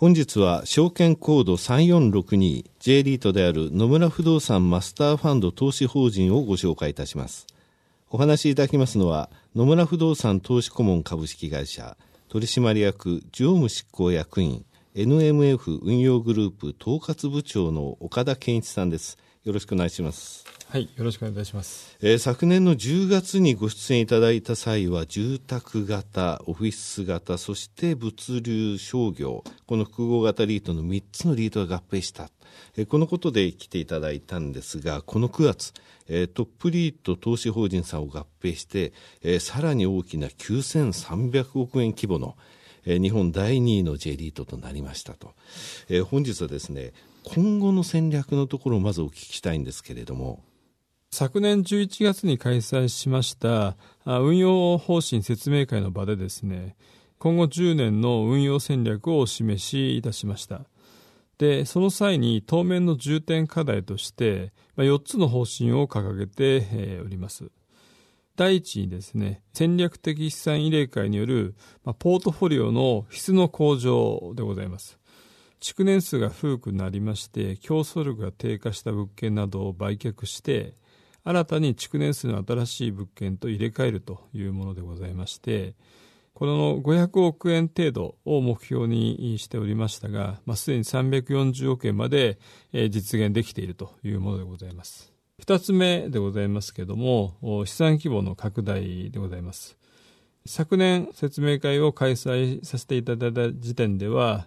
本日は証券コード 3462 J リートである野村不動産マスターファンド投資法人をご紹介いたします。お話しいただきますのは野村不動産投資顧問株式会社取締役常務執行役員 NMF 運用グループ統括部長の岡田健一さんです。よろしくお願いします。 はい、よろしくお願いいたします。 昨年の10月にご出演いただいた際は住宅型、オフィス型、そして物流商業、この複合型リートの3つのリートが合併した、このことで来ていただいたんですが、この9月、トップリート投資法人さんを合併して、さらに大きな9300億円規模の、日本第2位の J リートとなりましたと。本日はですね、今後の戦略のところをまずお聞きしたいんですけれども。 昨年11月に開催しました運用方針説明会の場でですね、今後10年の運用戦略をお示しいたしました。で、その際に当面の重点課題として4つの方針を掲げております。第一にですね、戦略的資産入れ替えによるポートフォリオの質の向上でございます。築年数が古くなりまして競争力が低下した物件などを売却して新たに築年数の新しい物件と入れ替えるというものでございまして、この500億円程度を目標にしておりましたが、すでに340億円まで実現できているというものでございます。2つ目でございますけれども、資産規模の拡大でございます。昨年説明会を開催させていただいた時点では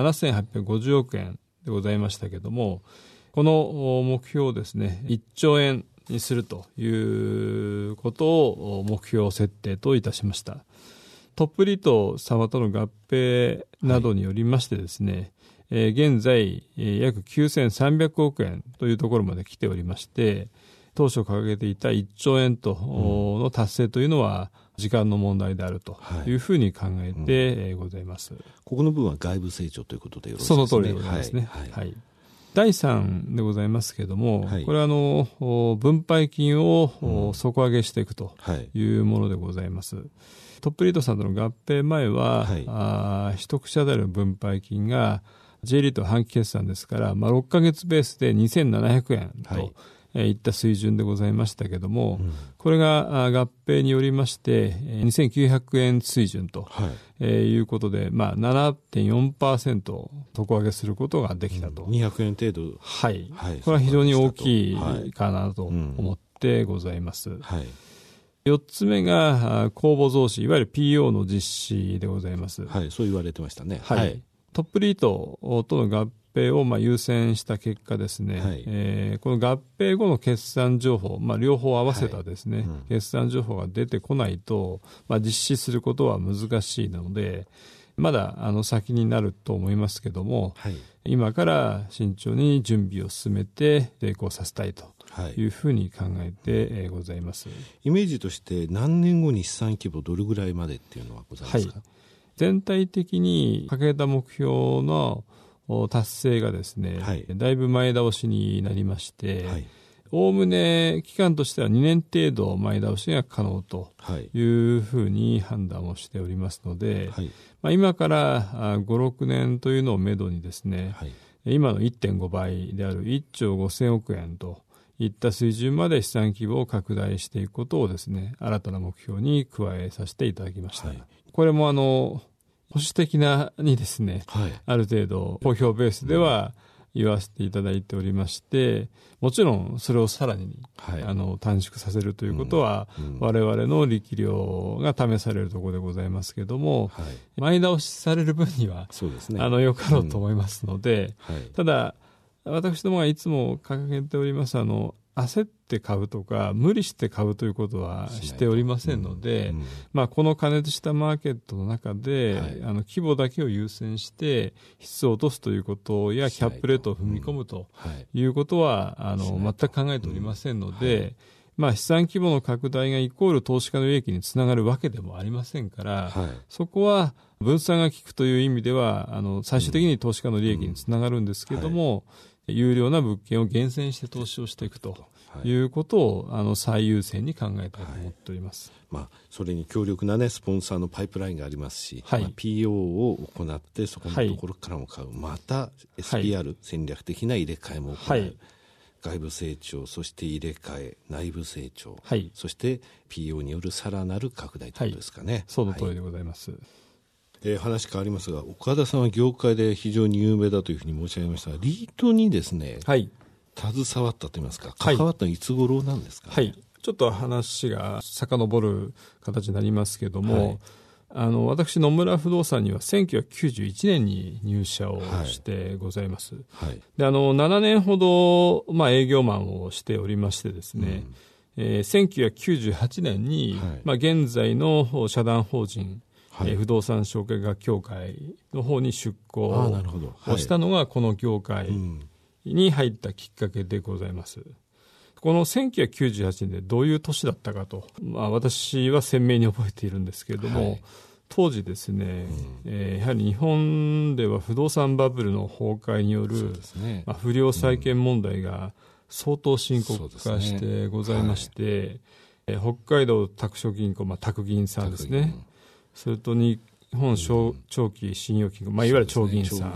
7850億円でございましたけれども、この目標をですね、1兆円にするということを目標設定といたしました。トップリート様との合併などによりましてですね、現在約9300億円というところまで来ておりまして、当初掲げていた1兆円との達成というのは時間の問題であるというふうに考えてございます。 ここの部分は外部成長ということでよろしいですか。 その通りでございますね。第3でございますけれども、これは分配金を底上げしていくというものでございます。トップリートさんとの合併前は、取得者である分配金が J リート半期決算ですから、6ヶ月ベースで2700円といった水準でございましたけれども、これが合併によりまして2900円水準ということで、7.4% 底上げすることができたと。 200円程度。 はい。これは非常に大きいかなと思ってございます。4つ目が公募増資、いわゆる PO の実施でございます。 そう言われてましたね。 トップリートとの合併を優先した結果ですね、この合併後の決算情報、両方合わせたですね、決算情報が出てこないと、実施することは難しいので、まだ先になると思いますけども、今から慎重に準備を進めて成功させたいというふうに考えてございます。 イメージとして何年後に資産規模どれぐらいまでっていうのはございますか。 全体的に掲げた目標の達成がですね、だいぶ前倒しになりまして、おおむね期間としては2年程度前倒しが可能というふうに判断をしておりますので、今から5、6年というのをめどにですね、今の 1.5 倍である1兆5000億円といった水準まで資産規模を拡大していくことをですね、新たな目標に加えさせていただきました。これも保守的にですね、ある程度公表ベースでは言わせていただいておりまして、もちろんそれをさらに、短縮させるということは、我々の力量が試されるところでございますけれども、前倒しされる分には、よかろうと思いますので、ただ私どもがいつも掲げております焦って買うとか無理して買うということはしておりませんので、この過熱したマーケットの中で、規模だけを優先して質を落とすということやキャップレートを踏み込むということは全く考えておりませんので、資産規模の拡大がイコール投資家の利益につながるわけでもありませんから、そこは分散が効くという意味では最終的に投資家の利益につながるんですけれども、有料な物件を厳選して投資をしていくということを、最優先に考えたいと思っております。 それに強力な、スポンサーのパイプラインがありますし、PO を行ってそこのところからも買う、また SPR、戦略的な入れ替えも行う、外部成長、そして入れ替え、内部成長、そして PO によるさらなる拡大ということですかね。 その通りでございます。 話変わりますが、岡田さんは業界で非常に有名だというふうに申し上げましたが、リートにですね、携わったといいますか、関わったのはいつ頃なんですかね。 ちょっと話が遡る形になりますけれども、私、野村不動産には1991年に入社をしてございます。で7年ほど、営業マンをしておりましてですね、1998年に、現在の社団法人、不動産証券学協会の方に出向をしたのがこの業界に入ったきっかけでございます。この1998年でどういう年だったかと、私は鮮明に覚えているんですけれども、当時ですね、やはり日本では不動産バブルの崩壊による、不良債権問題が相当深刻化してございまして、北海道拓殖銀行、拓銀さんですね、それと日本長期信用金庫、いわゆる長銀さん、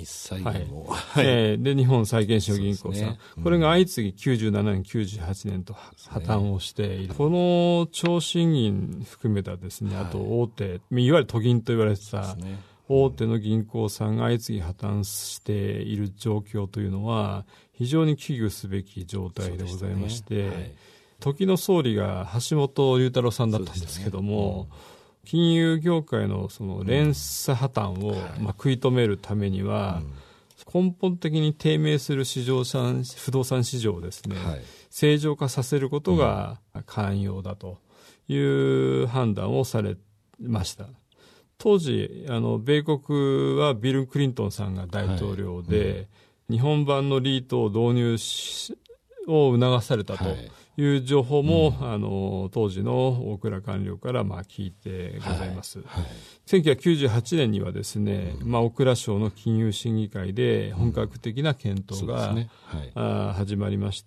で日本債券信用銀行さん、これが相次ぎ97年、98年と破綻をしている。この長信銀含めたですね、あと大手、いわゆる都銀と言われてた大手の銀行さんが相次ぎ破綻している状況というのは非常に危惧すべき状態でございまして、時の総理が橋本龍太郎さんだったんですけども、金融業界のその連鎖破綻を食い止めるためには、根本的に低迷する不動産市場をですね、正常化させることが肝要だという判断をされました。当時米国はビル・クリントンさんが大統領で、日本版のリートを導入を促されたという情報も、当時の大蔵官僚から聞いてございます。1998年にはですね、大蔵省の金融審議会で本格的な検討が、始まりまして、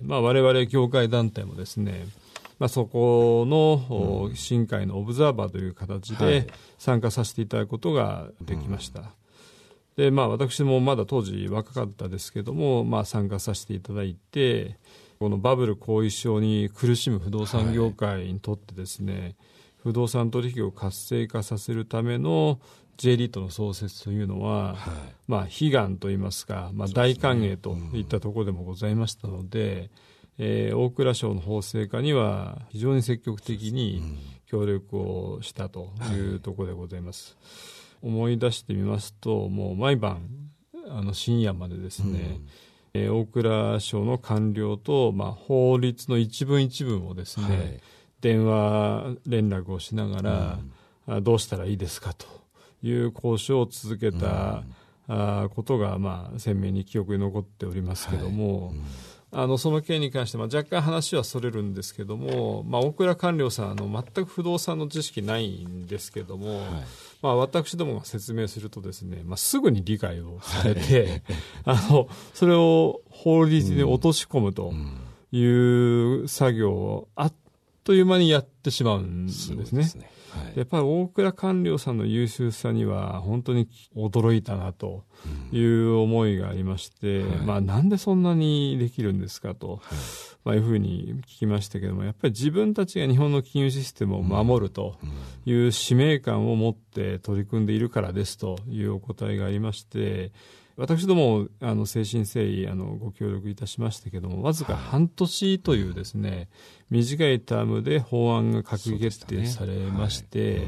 我々業界団体もですね、そこの審議会のオブザーバーという形で参加させていただくことができました。で私もまだ当時若かったですけども、参加させていただいて、このバブル後遺症に苦しむ不動産業界にとってですね、不動産取引を活性化させるための J リートの創設というのは、悲願といいますか、大歓迎といったところでもございましたので、大蔵省の法制化には非常に積極的に協力をしたというところでございます。思い出してみますと、もう毎晩深夜までですね、大蔵省の官僚と、法律の一文一文をですね、電話連絡をしながら、どうしたらいいですかという交渉を続けた、ことが、鮮明に記憶に残っておりますけども、その件に関して、若干話はそれるんですけども、大蔵官僚さん全く不動産の知識ないんですけども、私どもが説明するとですね、すぐに理解をされて、それを法律に落とし込むという作業をあっという間にやってしまうんですね。やっぱり大蔵官僚さんの優秀さには本当に驚いたなという思いがありまして、なんでそんなにできるんですかと、いうふうに聞きましたけども、やっぱり自分たちが日本の金融システムを守るという使命感を持って取り組んでいるからですというお答えがありまして、私ども誠心誠意ご協力いたしましたけども、わずか半年というですね、短いタームで法案が閣議決定されまして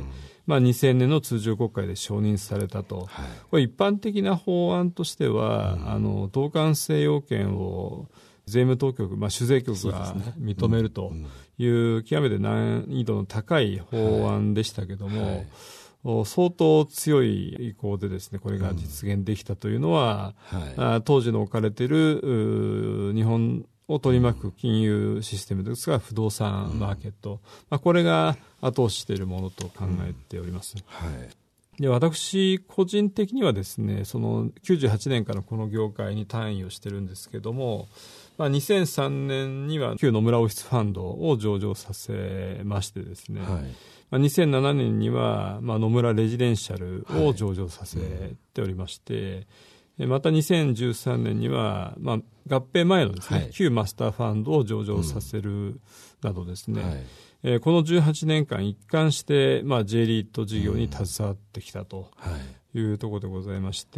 、2000年の通常国会で承認されたと。これ一般的な法案としては、同感性要件を税務当局、酒税局が認めるという極めて難易度の高い法案でしたけども、相当強い意向でですね、これが実現できたというのは、当時の置かれている日本を取り巻く金融システムですが、不動産マーケット、これが後押ししているものと考えております。 で、私個人的にはですね、その98年からこの業界に単位をしてるんですけども、2003年には旧野村オフィスファンドを上場させましてですね、2007年には野村レジデンシャルを上場させておりまして、また2013年には、合併前のですね、旧マスターファンドを上場させるなどですね、この18年間一貫して、J リート事業に携わってきたというところでございまして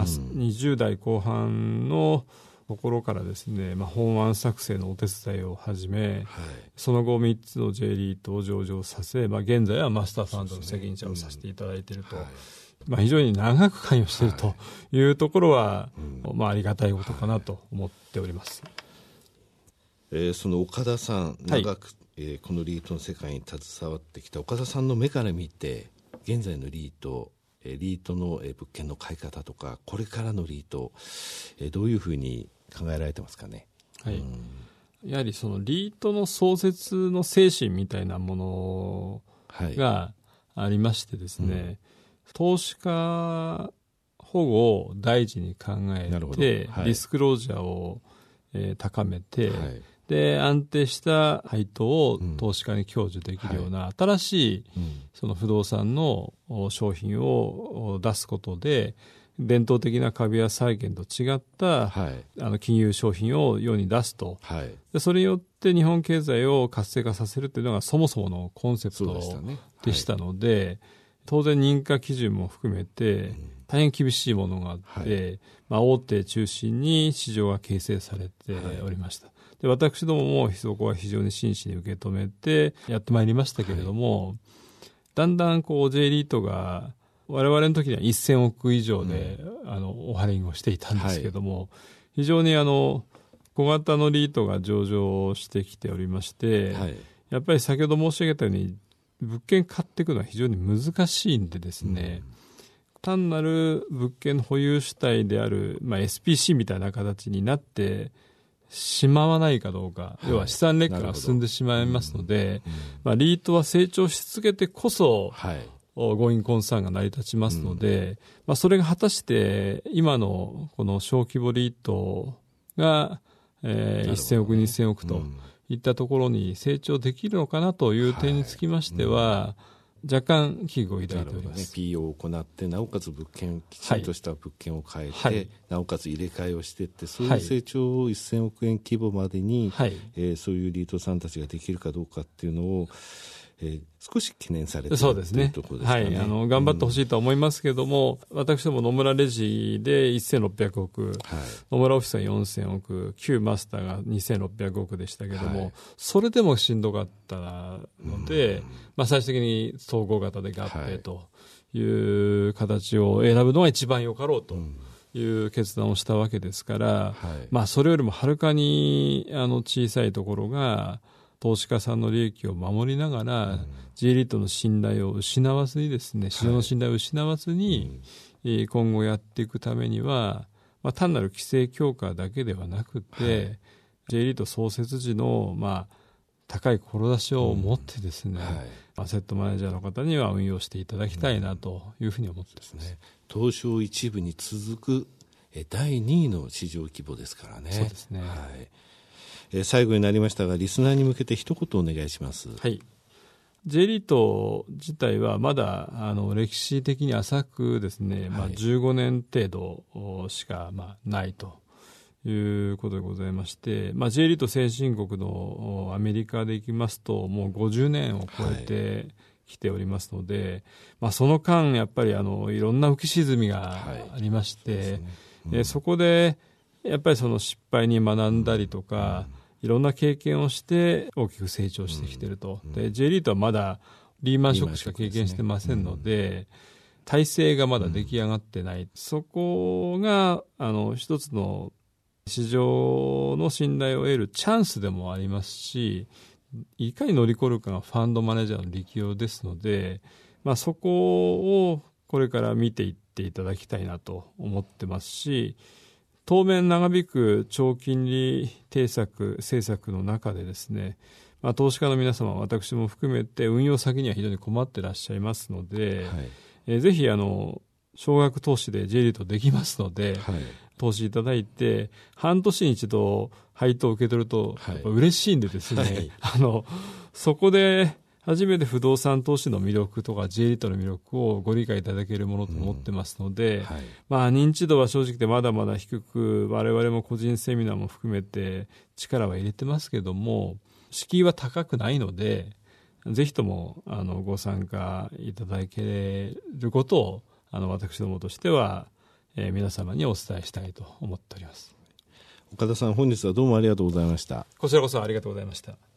、20代後半のところからですね、本案作成のお手伝いを始め、その後3つの J リートを上場させ、現在はマスターファンドの責任者をさせていただいていると、非常に長く関与しているというところは、ありがたいことかなと思っております。 その岡田さん、長く、このリートの世界に携わってきた岡田さんの目から見て、現在のリートの物件の買い方とか、これからのリート、どういうふうに考えられてますかね。 やはりそのリートの創設の精神みたいなものがありましてですね、投資家保護を第一に考えて、リスクロージャーを、高めて、で安定した配当を投資家に享受できるような、新しいその不動産の商品を出すことで、伝統的な株や債券と違った、金融商品を世に出すと、でそれによって日本経済を活性化させるというのがそもそものコンセプトでしたので、当然認可基準も含めて大変厳しいものがあって、大手中心に市場が形成されておりました。で、私どももそこは非常に真摯に受け止めてやってまいりましたけれども、だんだんJ リートが我々の時には1000億以上で、オファリングをしていたんですけども、非常に小型のリートが上場してきておりまして、やっぱり先ほど申し上げたように物件買っていくのは非常に難しいんでですね、単なる物件の保有主体である、SPC みたいな形になってしまわないかどうか、要は資産劣化が進んでしまいますので、リートは成長し続けてこそ、ゴーインコンサーンが成り立ちますので、それが果たして今のこの小規模リートが、1000億2000億といったところに成長できるのかなという点につきましては、若干危惧を抱いております。 PO を行って、なおかつきちんとした物件を変えて、なおかつ入れ替えをしていって、そういう成長を1000億円規模までに、そういうリートさんたちができるかどうかっていうのを、少し懸念されているというところですかね。 頑張ってほしいとは思いますけれども、私ども野村レジで1600億、野村オフィスは4000億、旧マスターが2600億でしたけれども、それでもしんどかったので、最終的に総合型で合併という形を選ぶのが一番よかろうという決断をしたわけですから、それよりもはるかに小さいところが投資家さんの利益を守りながら、J リートの信頼を失わずにですね、市場の信頼を失わずに、今後やっていくためには、単なる規制強化だけではなくて、J リート創設時の、高い志を持ってですね、アセットマネージャーの方には運用していただきたいなというふうに思ってますね。 東証一部に続く第2位の市場規模ですからね。 そうですね。 最後になりましたが、リスナーに向けて一言お願いします。 J リート自体はまだ歴史的に浅くですね、15年程度しかないということでございまして、J リート先進国のアメリカでいきますともう50年を超えてきておりますので、その間やっぱりいろんな浮き沈みがありまして、そこでやっぱりその失敗に学んだりとか、いろんな経験をして大きく成長してきていると。で、J リートはまだリーマンショックしか経験してませんので、体制がまだ出来上がってない。そこが一つの市場の信頼を得るチャンスでもありますし、いかに乗り越えるかがファンドマネージャーの力量ですので、そこをこれから見ていっていただきたいなと思ってますし、当面長引く長金利政策の中でですね、投資家の皆様、私も含めて運用先には非常に困っていらっしゃいますので、 ぜひ少額投資で J リートできますので、 はい、 投資いただいて半年に一度配当を受け取るとやっぱ嬉しいんでですね、はい、そこで初めて不動産投資の魅力とか J リートの魅力をご理解いただけるものと思ってますので、はい、認知度は正直でまだまだ低く、我々も個人セミナーも含めて力は入れてますけども、敷居は高くないので、ぜひともご参加いただけることを私どもとしては、皆様にお伝えしたいと思っております。 岡田さん、本日はどうもありがとうございました。 こちらこそありがとうございました。